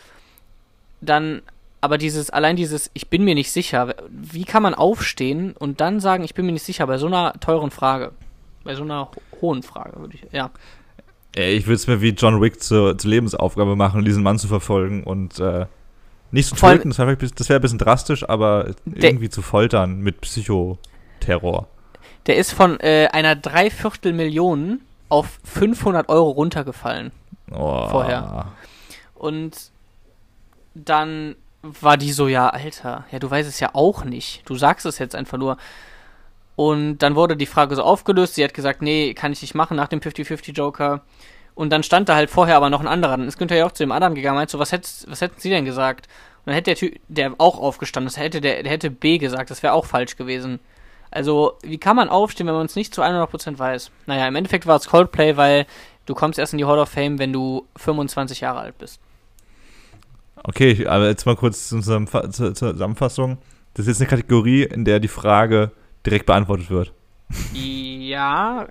Dann, aber ich bin mir nicht sicher, wie kann man aufstehen und dann sagen, ich bin mir nicht sicher, bei so einer teuren Frage, bei so einer hohen Frage, ja. Ich würde es mir wie John Wick zur Lebensaufgabe machen, diesen Mann zu verfolgen und nicht zu töten, das wäre ein bisschen drastisch, aber irgendwie zu foltern mit Psychoterror. Der ist von einer 250.000 auf 500 Euro runtergefallen. Vorher. Und dann war die so, ja, Alter, ja, du weißt es ja auch nicht. Du sagst es jetzt einfach nur. Und dann wurde die Frage so aufgelöst. Sie hat gesagt, nee, kann ich nicht machen nach dem 50-50 Joker. Und dann stand da halt vorher aber noch ein anderer. Dann ist Günther ja auch zu dem anderen gegangen. Meint so, was hätten Sie denn gesagt? Und dann hätte der Typ, der auch aufgestanden ist, der hätte B gesagt. Das wäre auch falsch gewesen. Also, wie kann man aufstehen, wenn man es nicht zu 100% weiß? Naja, im Endeffekt war es Coldplay, weil du kommst erst in die Hall of Fame, wenn du 25 Jahre alt bist. Okay, aber jetzt mal kurz zur Zusammenfassung. Das ist jetzt eine Kategorie, in der die Frage direkt beantwortet wird. Ja.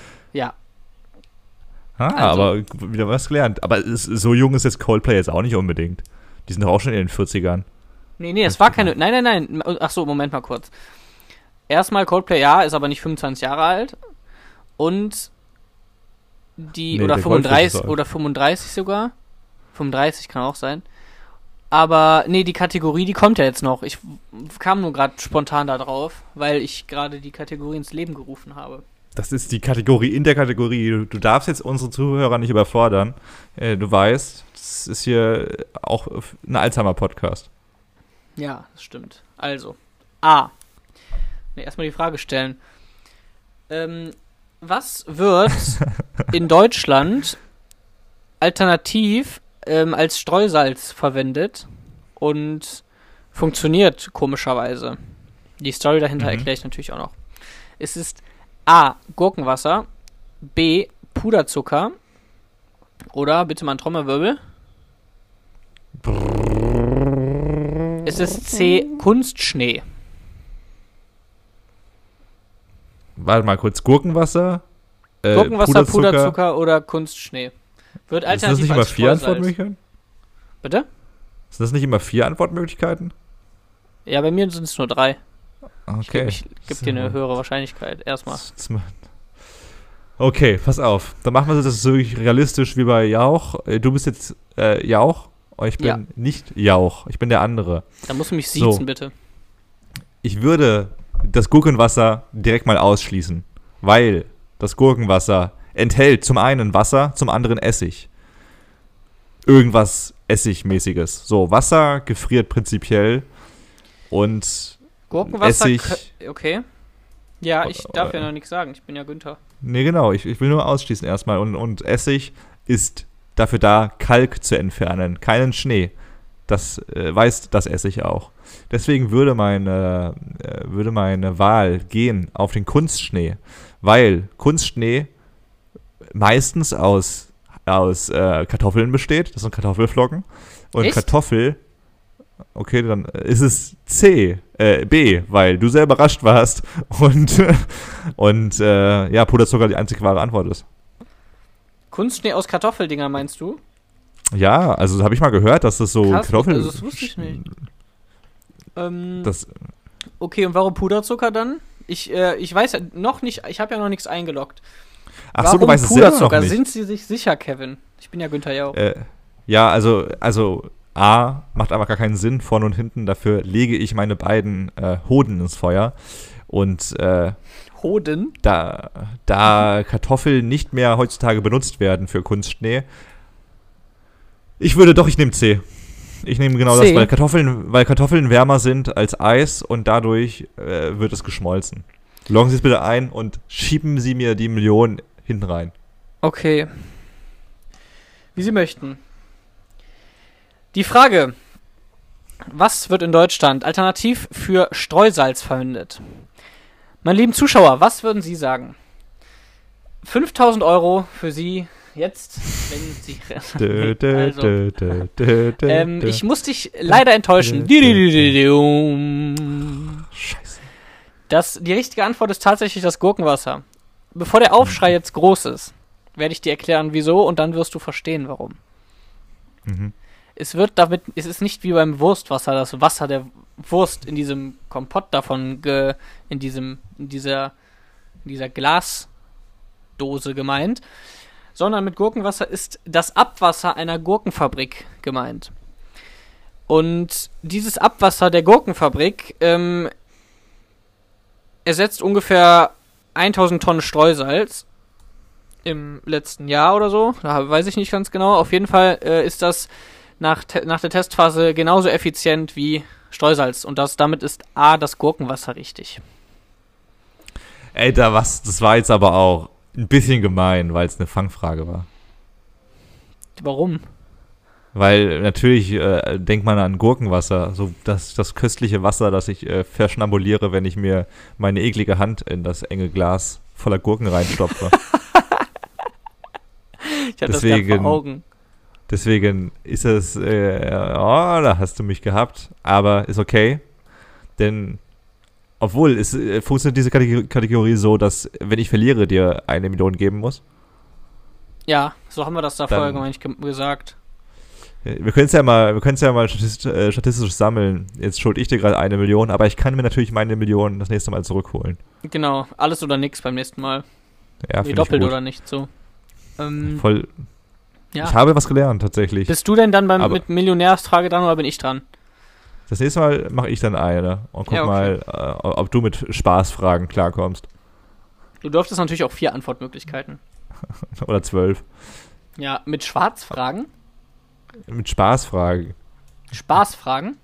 Also. Aber wieder was gelernt. Aber so jung ist jetzt Coldplay jetzt auch nicht unbedingt. Die sind doch auch schon in den 40ern. Nee, es war keine... Nein. Ach so, Moment mal kurz. Erstmal Coldplay, ja, ist aber nicht 25 Jahre alt. Und oder 35 sogar. 35 kann auch sein. Aber, nee, die Kategorie, die kommt ja jetzt noch. Ich kam nur gerade spontan da drauf, weil ich gerade die Kategorie ins Leben gerufen habe. Das ist die Kategorie in der Kategorie. Du darfst jetzt unsere Zuhörer nicht überfordern. Du weißt, das ist hier auch ein Alzheimer-Podcast. Ja, das stimmt. Also, A. Erstmal die Frage stellen. Was wird in Deutschland alternativ als Streusalz verwendet und funktioniert komischerweise? Die Story dahinter erkläre ich natürlich auch noch. Es ist A. Gurkenwasser, B. Puderzucker oder, bitte mal ein Trommelwirbel. Es ist C. Kunstschnee. Warte mal kurz, Gurkenwasser, Puderzucker oder Kunstschnee. Wird alternativ ist das nicht immer 4 Antwortmöglichkeiten? Bitte? Sind das nicht immer 4 Antwortmöglichkeiten? Ja, bei mir sind es nur 3. Okay. Ich gebe dir eine höhere Wahrscheinlichkeit. Erstmal. Okay, pass auf. Dann machen wir das so realistisch wie bei Jauch. Du bist jetzt Jauch. Ich bin nicht Jauch. Ich bin der andere. Da musst du mich siezen, bitte. Ich würde das Gurkenwasser direkt mal ausschließen, weil das Gurkenwasser enthält zum einen Wasser, zum anderen Essig. Irgendwas Essigmäßiges. So, Wasser gefriert prinzipiell und Gurkenwasser, Essig. Okay. Ja, ich darf ja noch nichts sagen. Ich bin ja Günther. Nee, genau. Ich will nur ausschließen erstmal. Und Essig ist dafür da, Kalk zu entfernen, keinen Schnee. Das das esse ich auch. Deswegen würde meine Wahl gehen auf den Kunstschnee, weil Kunstschnee meistens aus Kartoffeln besteht. Das sind Kartoffelflocken. Und Echt? Kartoffel, okay, dann ist es B, weil du sehr überrascht warst und Puderzucker die einzig wahre Antwort ist. Kunstschnee aus Kartoffeldinger, meinst du? Ja, also habe ich mal gehört, dass das so Krass, Kartoffel... also das wusste ich nicht. Das, Okay, und warum Puderzucker dann? Ich weiß ja noch nicht, ich habe ja noch nichts eingeloggt. ach so, Warum du weißt es selber Puderzucker? noch nicht. Sind Sie sich sicher, Kevin? Ich bin ja Günther Jauch. Ja, also A, macht einfach gar keinen Sinn, vorne und hinten. Dafür lege ich meine beiden Hoden ins Feuer. Und Hoden? da Kartoffeln nicht mehr heutzutage benutzt werden für Kunstschnee, ich nehme C. Ich nehme genau C? das, weil Kartoffeln wärmer sind als Eis und dadurch wird es geschmolzen. Loggen Sie es bitte ein und schieben Sie mir die Million hinten rein. Okay. Wie Sie möchten. Die Frage: Was wird in Deutschland alternativ für Streusalz verwendet? Meine lieben Zuschauer, was würden Sie sagen? 5.000 Euro für Sie jetzt, wenn Sie... ich muss dich leider enttäuschen. Scheiße. Die richtige Antwort ist tatsächlich das Gurkenwasser. Bevor der Aufschrei jetzt groß ist, werde ich dir erklären, wieso, und dann wirst du verstehen, warum. Mhm. Es ist nicht wie beim Wurstwasser, das Wasser der Wurst in diesem Kompott davon, in dieser Glasdose gemeint, sondern mit Gurkenwasser ist das Abwasser einer Gurkenfabrik gemeint. Und dieses Abwasser der Gurkenfabrik ersetzt ungefähr 1000 Tonnen Streusalz im letzten Jahr oder so. Da weiß ich nicht ganz genau. Auf jeden Fall ist das nach der Testphase genauso effizient wie Streusalz. Und damit ist A, das Gurkenwasser richtig. Ey, das war jetzt aber auch ein bisschen gemein, weil es eine Fangfrage war. Warum? Weil natürlich denkt man an Gurkenwasser, so das köstliche Wasser, das ich verschnabuliere, wenn ich mir meine eklige Hand in das enge Glas voller Gurken reinstopfe. Ich hatte das gerade vor Augen. Deswegen ist es, da hast du mich gehabt, aber ist okay, denn obwohl, funktioniert diese Kategorie so, dass, wenn ich verliere, dir 1 Million geben muss? Ja, so haben wir das da vorher gesagt. Wir können es ja mal statistisch sammeln. Jetzt schuld ich dir gerade 1 Million, aber ich kann mir natürlich meine Million das nächste Mal zurückholen. Genau, alles oder nichts beim nächsten Mal. Ja, doppelt oder nicht, so. Voll. Ja. Ich habe was gelernt, tatsächlich. Bist du denn dann mit Millionärsfrage dran oder bin ich dran? Das nächste Mal mache ich dann eine und guck mal, ob du mit Spaßfragen klarkommst. Du durftest natürlich auch 4 Antwortmöglichkeiten. Oder 12. Ja, mit Schwarzfragen? Mit Spaßfragen. Spaßfragen?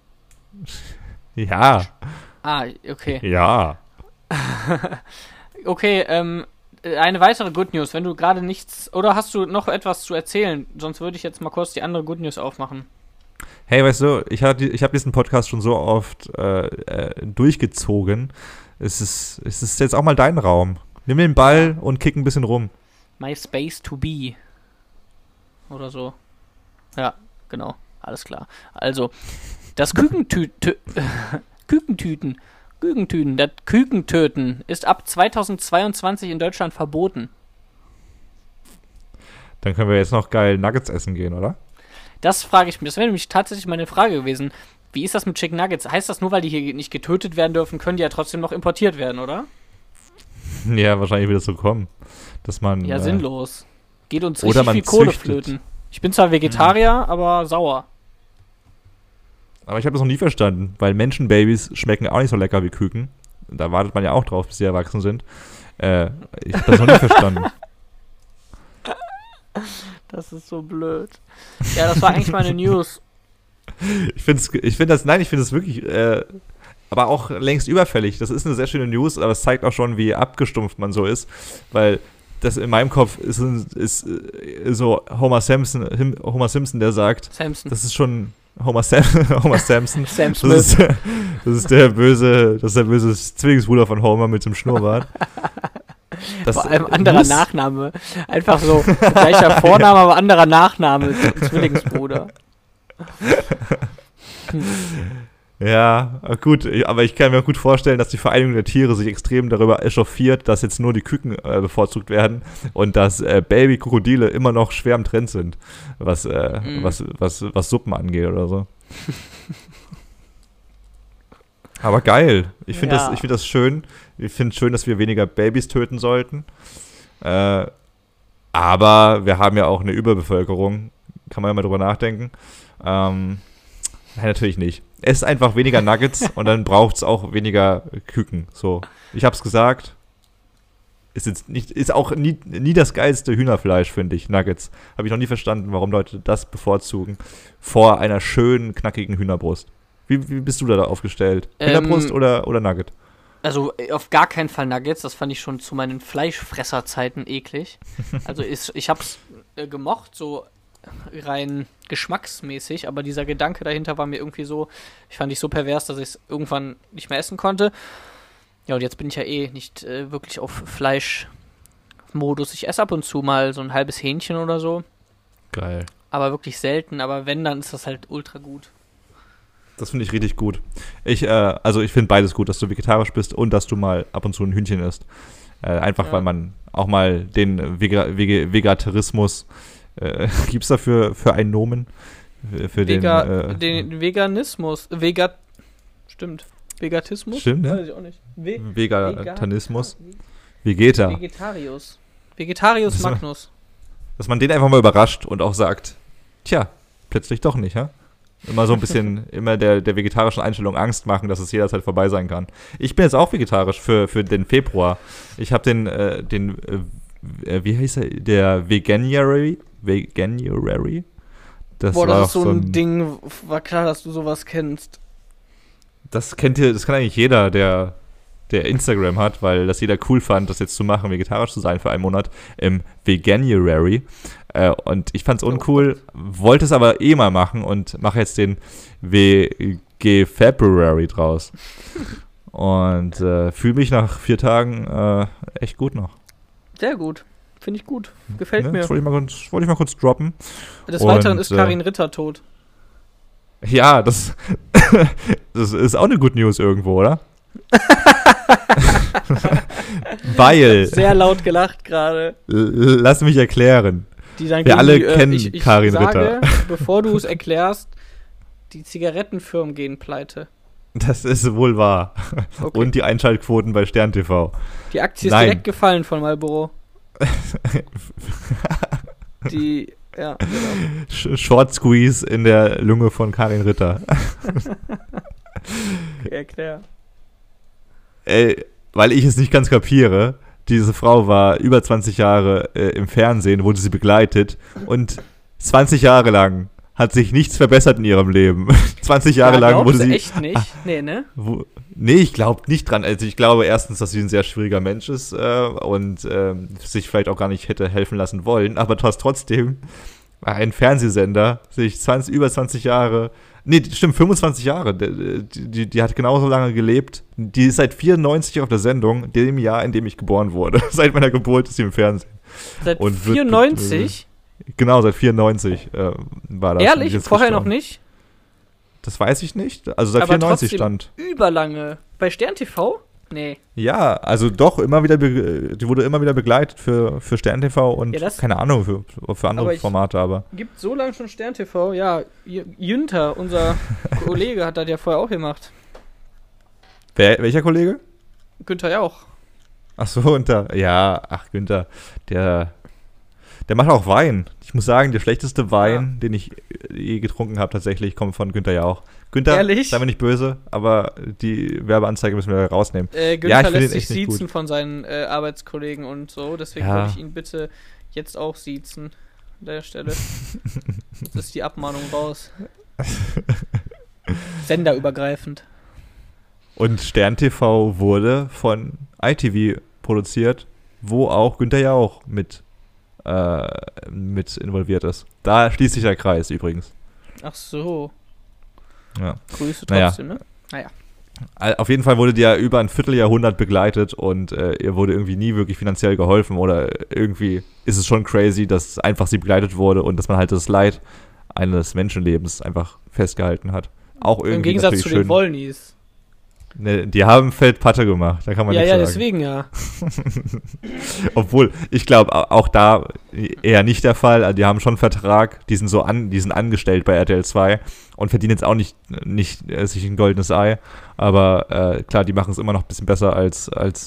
Ja. Okay. Ja. Okay, eine weitere Good News, wenn du gerade nichts... Oder hast du noch etwas zu erzählen? Sonst würde ich jetzt mal kurz die andere Good News aufmachen. Hey, weißt du, ich hab diesen Podcast schon so oft durchgezogen. Es ist jetzt auch mal dein Raum. Nimm den Ball und kick ein bisschen rum. My space to be. Oder so. Ja, genau. Alles klar. Also, das Kükentöten ist ab 2022 in Deutschland verboten. Dann können wir jetzt noch geil Nuggets essen gehen, oder? Das frage ich mich. Das wäre nämlich tatsächlich meine Frage gewesen. Wie ist das mit Chicken Nuggets? Heißt das nur, weil die hier nicht getötet werden dürfen, können die ja trotzdem noch importiert werden, oder? Ja, wahrscheinlich wird es so kommen, dass man... Ja, sinnlos. Geht uns oder richtig viel Kohle flöten. Ich bin zwar Vegetarier, aber sauer. Aber ich habe das noch nie verstanden, weil Menschenbabys schmecken auch nicht so lecker wie Küken. Da wartet man ja auch drauf, bis sie erwachsen sind. Ich habe das noch nie verstanden. Das ist so blöd. Ja, das war eigentlich meine News. Ich finde das wirklich, aber auch längst überfällig. Das ist eine sehr schöne News, aber es zeigt auch schon, wie abgestumpft man so ist, weil das in meinem Kopf ist so Homer Simpson, der sagt, Samson. das ist schon Homer Simpson. Sam Smith. Das ist der böse Zwillingsbruder von Homer mit dem Schnurrbart. Vor allem anderer Nachname. Einfach so, gleicher Vorname, aber anderer Nachname. Zwillingsbruder. Ja, gut, aber ich kann mir gut vorstellen, dass die Vereinigung der Tiere sich extrem darüber echauffiert, dass jetzt nur die Küken bevorzugt werden und dass Baby-Krokodile immer noch schwer im Trend sind, was Suppen angeht oder so. Aber geil. Ich finde das schön. Ich finde es schön, dass wir weniger Babys töten sollten. Aber wir haben ja auch eine Überbevölkerung. Kann man ja mal drüber nachdenken. Nein, natürlich nicht. Esst einfach weniger Nuggets und dann braucht es auch weniger Küken. So, ich hab's gesagt. Ist auch nie das geilste Hühnerfleisch, finde ich, Nuggets. Habe ich noch nie verstanden, warum Leute das bevorzugen vor einer schönen, knackigen Hühnerbrust. Wie bist du da aufgestellt? Hühnerbrust oder Nugget? Also auf gar keinen Fall Nuggets, das fand ich schon zu meinen Fleischfresserzeiten eklig. Also ich hab's gemocht, so rein geschmacksmäßig, aber dieser Gedanke dahinter war mir irgendwie so, ich fand ich so pervers, dass ich es irgendwann nicht mehr essen konnte. Ja, und jetzt bin ich ja nicht wirklich auf Fleischmodus. Ich esse ab und zu mal so ein halbes Hähnchen oder so. Geil. Aber wirklich selten, aber wenn, dann ist das halt ultra gut. Das finde ich richtig gut. Ich finde beides gut, dass du vegetarisch bist und dass du mal ab und zu ein Hühnchen isst. Einfach, weil man auch mal den Vegetarismus gibt es dafür für einen Nomen? Den Veganismus. Stimmt. Vegatismus? Stimmt, ne? Weiß ich auch nicht. Vegetarismus. Vegetarius. Vegetarius Magnus. Dass man den einfach mal überrascht und auch sagt, tja, plötzlich doch nicht, ha? Immer so ein bisschen, immer der vegetarischen Einstellung Angst machen, dass es jederzeit vorbei sein kann. Ich bin jetzt auch vegetarisch für den Februar. Ich habe wie heißt er, der Veganuary. Das ist so ein Ding, war klar, dass du sowas kennst. Das kann eigentlich jeder, der Instagram hat, weil das jeder cool fand, das jetzt zu machen, vegetarisch zu sein für einen Monat im Veganuary. Und ich fand's uncool, wollte es aber mal machen und mache jetzt den February draus. Und fühle mich nach 4 Tagen echt gut noch. Sehr gut. Finde ich gut. Gefällt mir. Das wollte ich mal kurz droppen. Des Weiteren ist Karin Ritter tot. Ja, das ist auch eine Good News irgendwo, oder? Weil. Sehr laut gelacht gerade. Lass mich erklären. Wir alle kennen Karin Ritter. Bevor du es erklärst, die Zigarettenfirmen gehen pleite. Das ist wohl wahr. Okay. Und die Einschaltquoten bei Stern TV. Die Aktie ist direkt gefallen von Marlboro. Genau. Short Squeeze in der Lunge von Karin Ritter. Okay, erklär. Weil ich es nicht ganz kapiere, diese Frau war über 20 Jahre im Fernsehen, wurde sie begleitet und 20 Jahre lang hat sich nichts verbessert in ihrem Leben. 20 Jahre lang wurde sie... echt nicht? Nee, ne? Nee, ich glaube nicht dran. Also ich glaube erstens, dass sie ein sehr schwieriger Mensch ist und sich vielleicht auch gar nicht hätte helfen lassen wollen, aber trotzdem ein Fernsehsender sich über 20 Jahre... Nee, stimmt, 25 Jahre. Die hat genauso lange gelebt. Die ist seit 94 auf der Sendung, dem Jahr, in dem ich geboren wurde. Seit meiner Geburt ist sie im Fernsehen. Seit 94? Genau, seit 94 war das. Ehrlich? Vorher noch nicht? Das weiß ich nicht. Also seit aber 94 stand. Überlange. Bei Stern TV? Nee. Ja, also doch, immer wieder, die wurde immer wieder begleitet für Stern TV und keine Ahnung, für andere Formate, aber. Gibt so lange schon Stern TV? Ja, Jünter, unser Kollege, hat das ja vorher auch gemacht. Welcher Kollege? Günther Jauch. Ach so, Günther. Günther, der macht auch Wein. Ich muss sagen, der schlechteste Wein, den ich je getrunken habe, tatsächlich, kommt von Günther Jauch. Günther, sei mir nicht böse, aber die Werbeanzeige müssen wir rausnehmen. Günther lässt sich siezen von seinen Arbeitskollegen und so, deswegen würde ich ihn bitte jetzt auch siezen an der Stelle. Jetzt ist die Abmahnung raus. Senderübergreifend. Und Stern TV wurde von ITV produziert wo auch Günther Jauch mit involviert ist. Da schließt sich der Kreis übrigens. Ach so. Ja. Grüße trotzdem, ne? Naja. Auf jeden Fall wurde die ja über ein Vierteljahrhundert begleitet und ihr wurde irgendwie nie wirklich finanziell geholfen oder irgendwie ist es schon crazy, dass einfach sie begleitet wurde und dass man halt das Leid eines Menschenlebens einfach festgehalten hat. Auch irgendwie im Gegensatz zu den Wollnies. Ne, die haben Feldpatte gemacht, da kann man nichts sagen. Ja, deswegen ja. Obwohl, ich glaube, auch da eher nicht der Fall. Die haben schon einen Vertrag, die sind angestellt bei RTL 2 und verdienen jetzt auch nicht sich ein goldenes Ei. Aber klar, die machen es immer noch ein bisschen besser als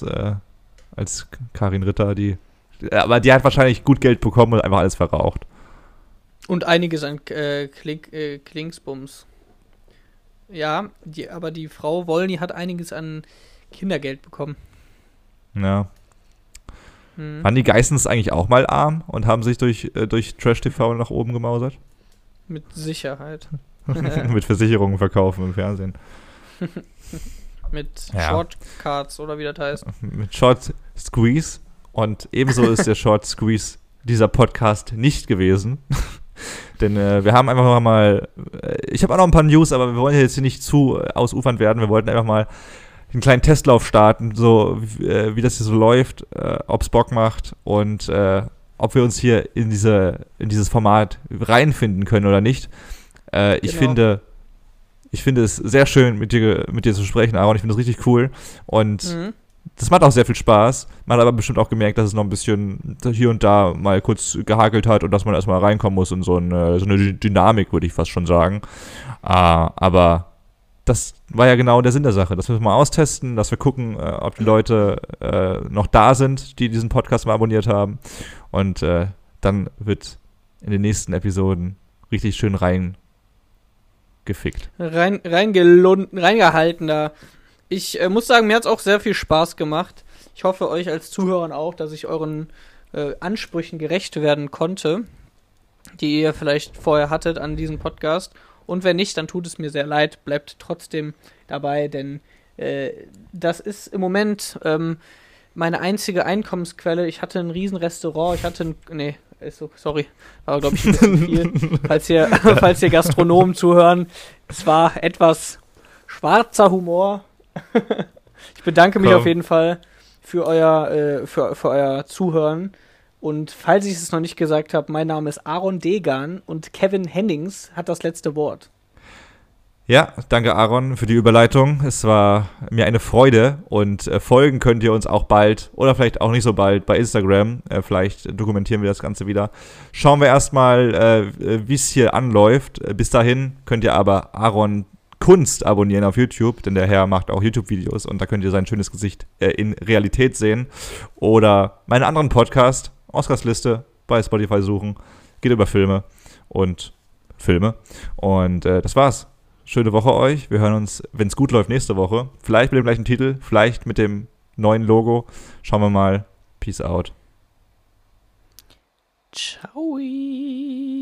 Karin Ritter. Aber die hat wahrscheinlich gut Geld bekommen und einfach alles verraucht. Und einiges an Klingsbums. Ja, aber die Frau Wollny hat einiges an Kindergeld bekommen. Ja. Waren die Geissens eigentlich auch mal arm und haben sich durch Trash-TV nach oben gemausert? Mit Sicherheit. Mit Versicherungen verkaufen im Fernsehen. Mit Shortcards oder wie das heißt. Mit Short Squeeze. Und ebenso ist der Short Squeeze dieser Podcast nicht gewesen. Denn wir haben einfach mal, ich habe auch noch ein paar News, aber wir wollen jetzt hier nicht zu ausufern werden. Wir wollten einfach mal einen kleinen Testlauf starten, so wie das hier so läuft, ob es Bock macht und ob wir uns hier in dieses Format reinfinden können oder nicht. Ich finde es sehr schön, mit dir zu sprechen, Aaron. Ich finde es richtig cool und das macht auch sehr viel Spaß. Man hat aber bestimmt auch gemerkt, dass es noch ein bisschen hier und da mal kurz gehakelt hat und dass man erstmal reinkommen muss in so eine Dynamik, würde ich fast schon sagen. Aber das war ja genau der Sinn der Sache, dass wir mal austesten, dass wir gucken, ob die Leute noch da sind, die diesen Podcast mal abonniert haben. Und dann wird in den nächsten Episoden richtig schön reingefickt. Reingehalten da. Ich muss sagen, mir hat es auch sehr viel Spaß gemacht. Ich hoffe, euch als Zuhörern auch, dass ich euren Ansprüchen gerecht werden konnte, die ihr vielleicht vorher hattet an diesem Podcast. Und wenn nicht, dann tut es mir sehr leid. Bleibt trotzdem dabei, denn das ist im Moment meine einzige Einkommensquelle. Ich hatte ein Riesenrestaurant. Sorry, war glaube ich ein bisschen viel. Falls ihr Gastronomen zuhören, es war etwas schwarzer Humor. Ich bedanke mich auf jeden Fall für euer Zuhören. Und falls ich es noch nicht gesagt habe, mein Name ist Aaron Degan und Kevin Hennings hat das letzte Wort. Ja, danke Aaron für die Überleitung. Es war mir eine Freude und folgen könnt ihr uns auch bald oder vielleicht auch nicht so bald bei Instagram. Vielleicht dokumentieren wir das Ganze wieder. Schauen wir erstmal, wie es hier anläuft. Bis dahin könnt ihr aber Aaron Kunst abonnieren auf YouTube, denn der Herr macht auch YouTube-Videos und da könnt ihr sein schönes Gesicht in Realität sehen. Oder meinen anderen Podcast, Oscarsliste, bei Spotify suchen. Geht über Filme. Und das war's. Schöne Woche euch. Wir hören uns, wenn es gut läuft, nächste Woche. Vielleicht mit dem gleichen Titel, vielleicht mit dem neuen Logo. Schauen wir mal. Peace out. Ciao.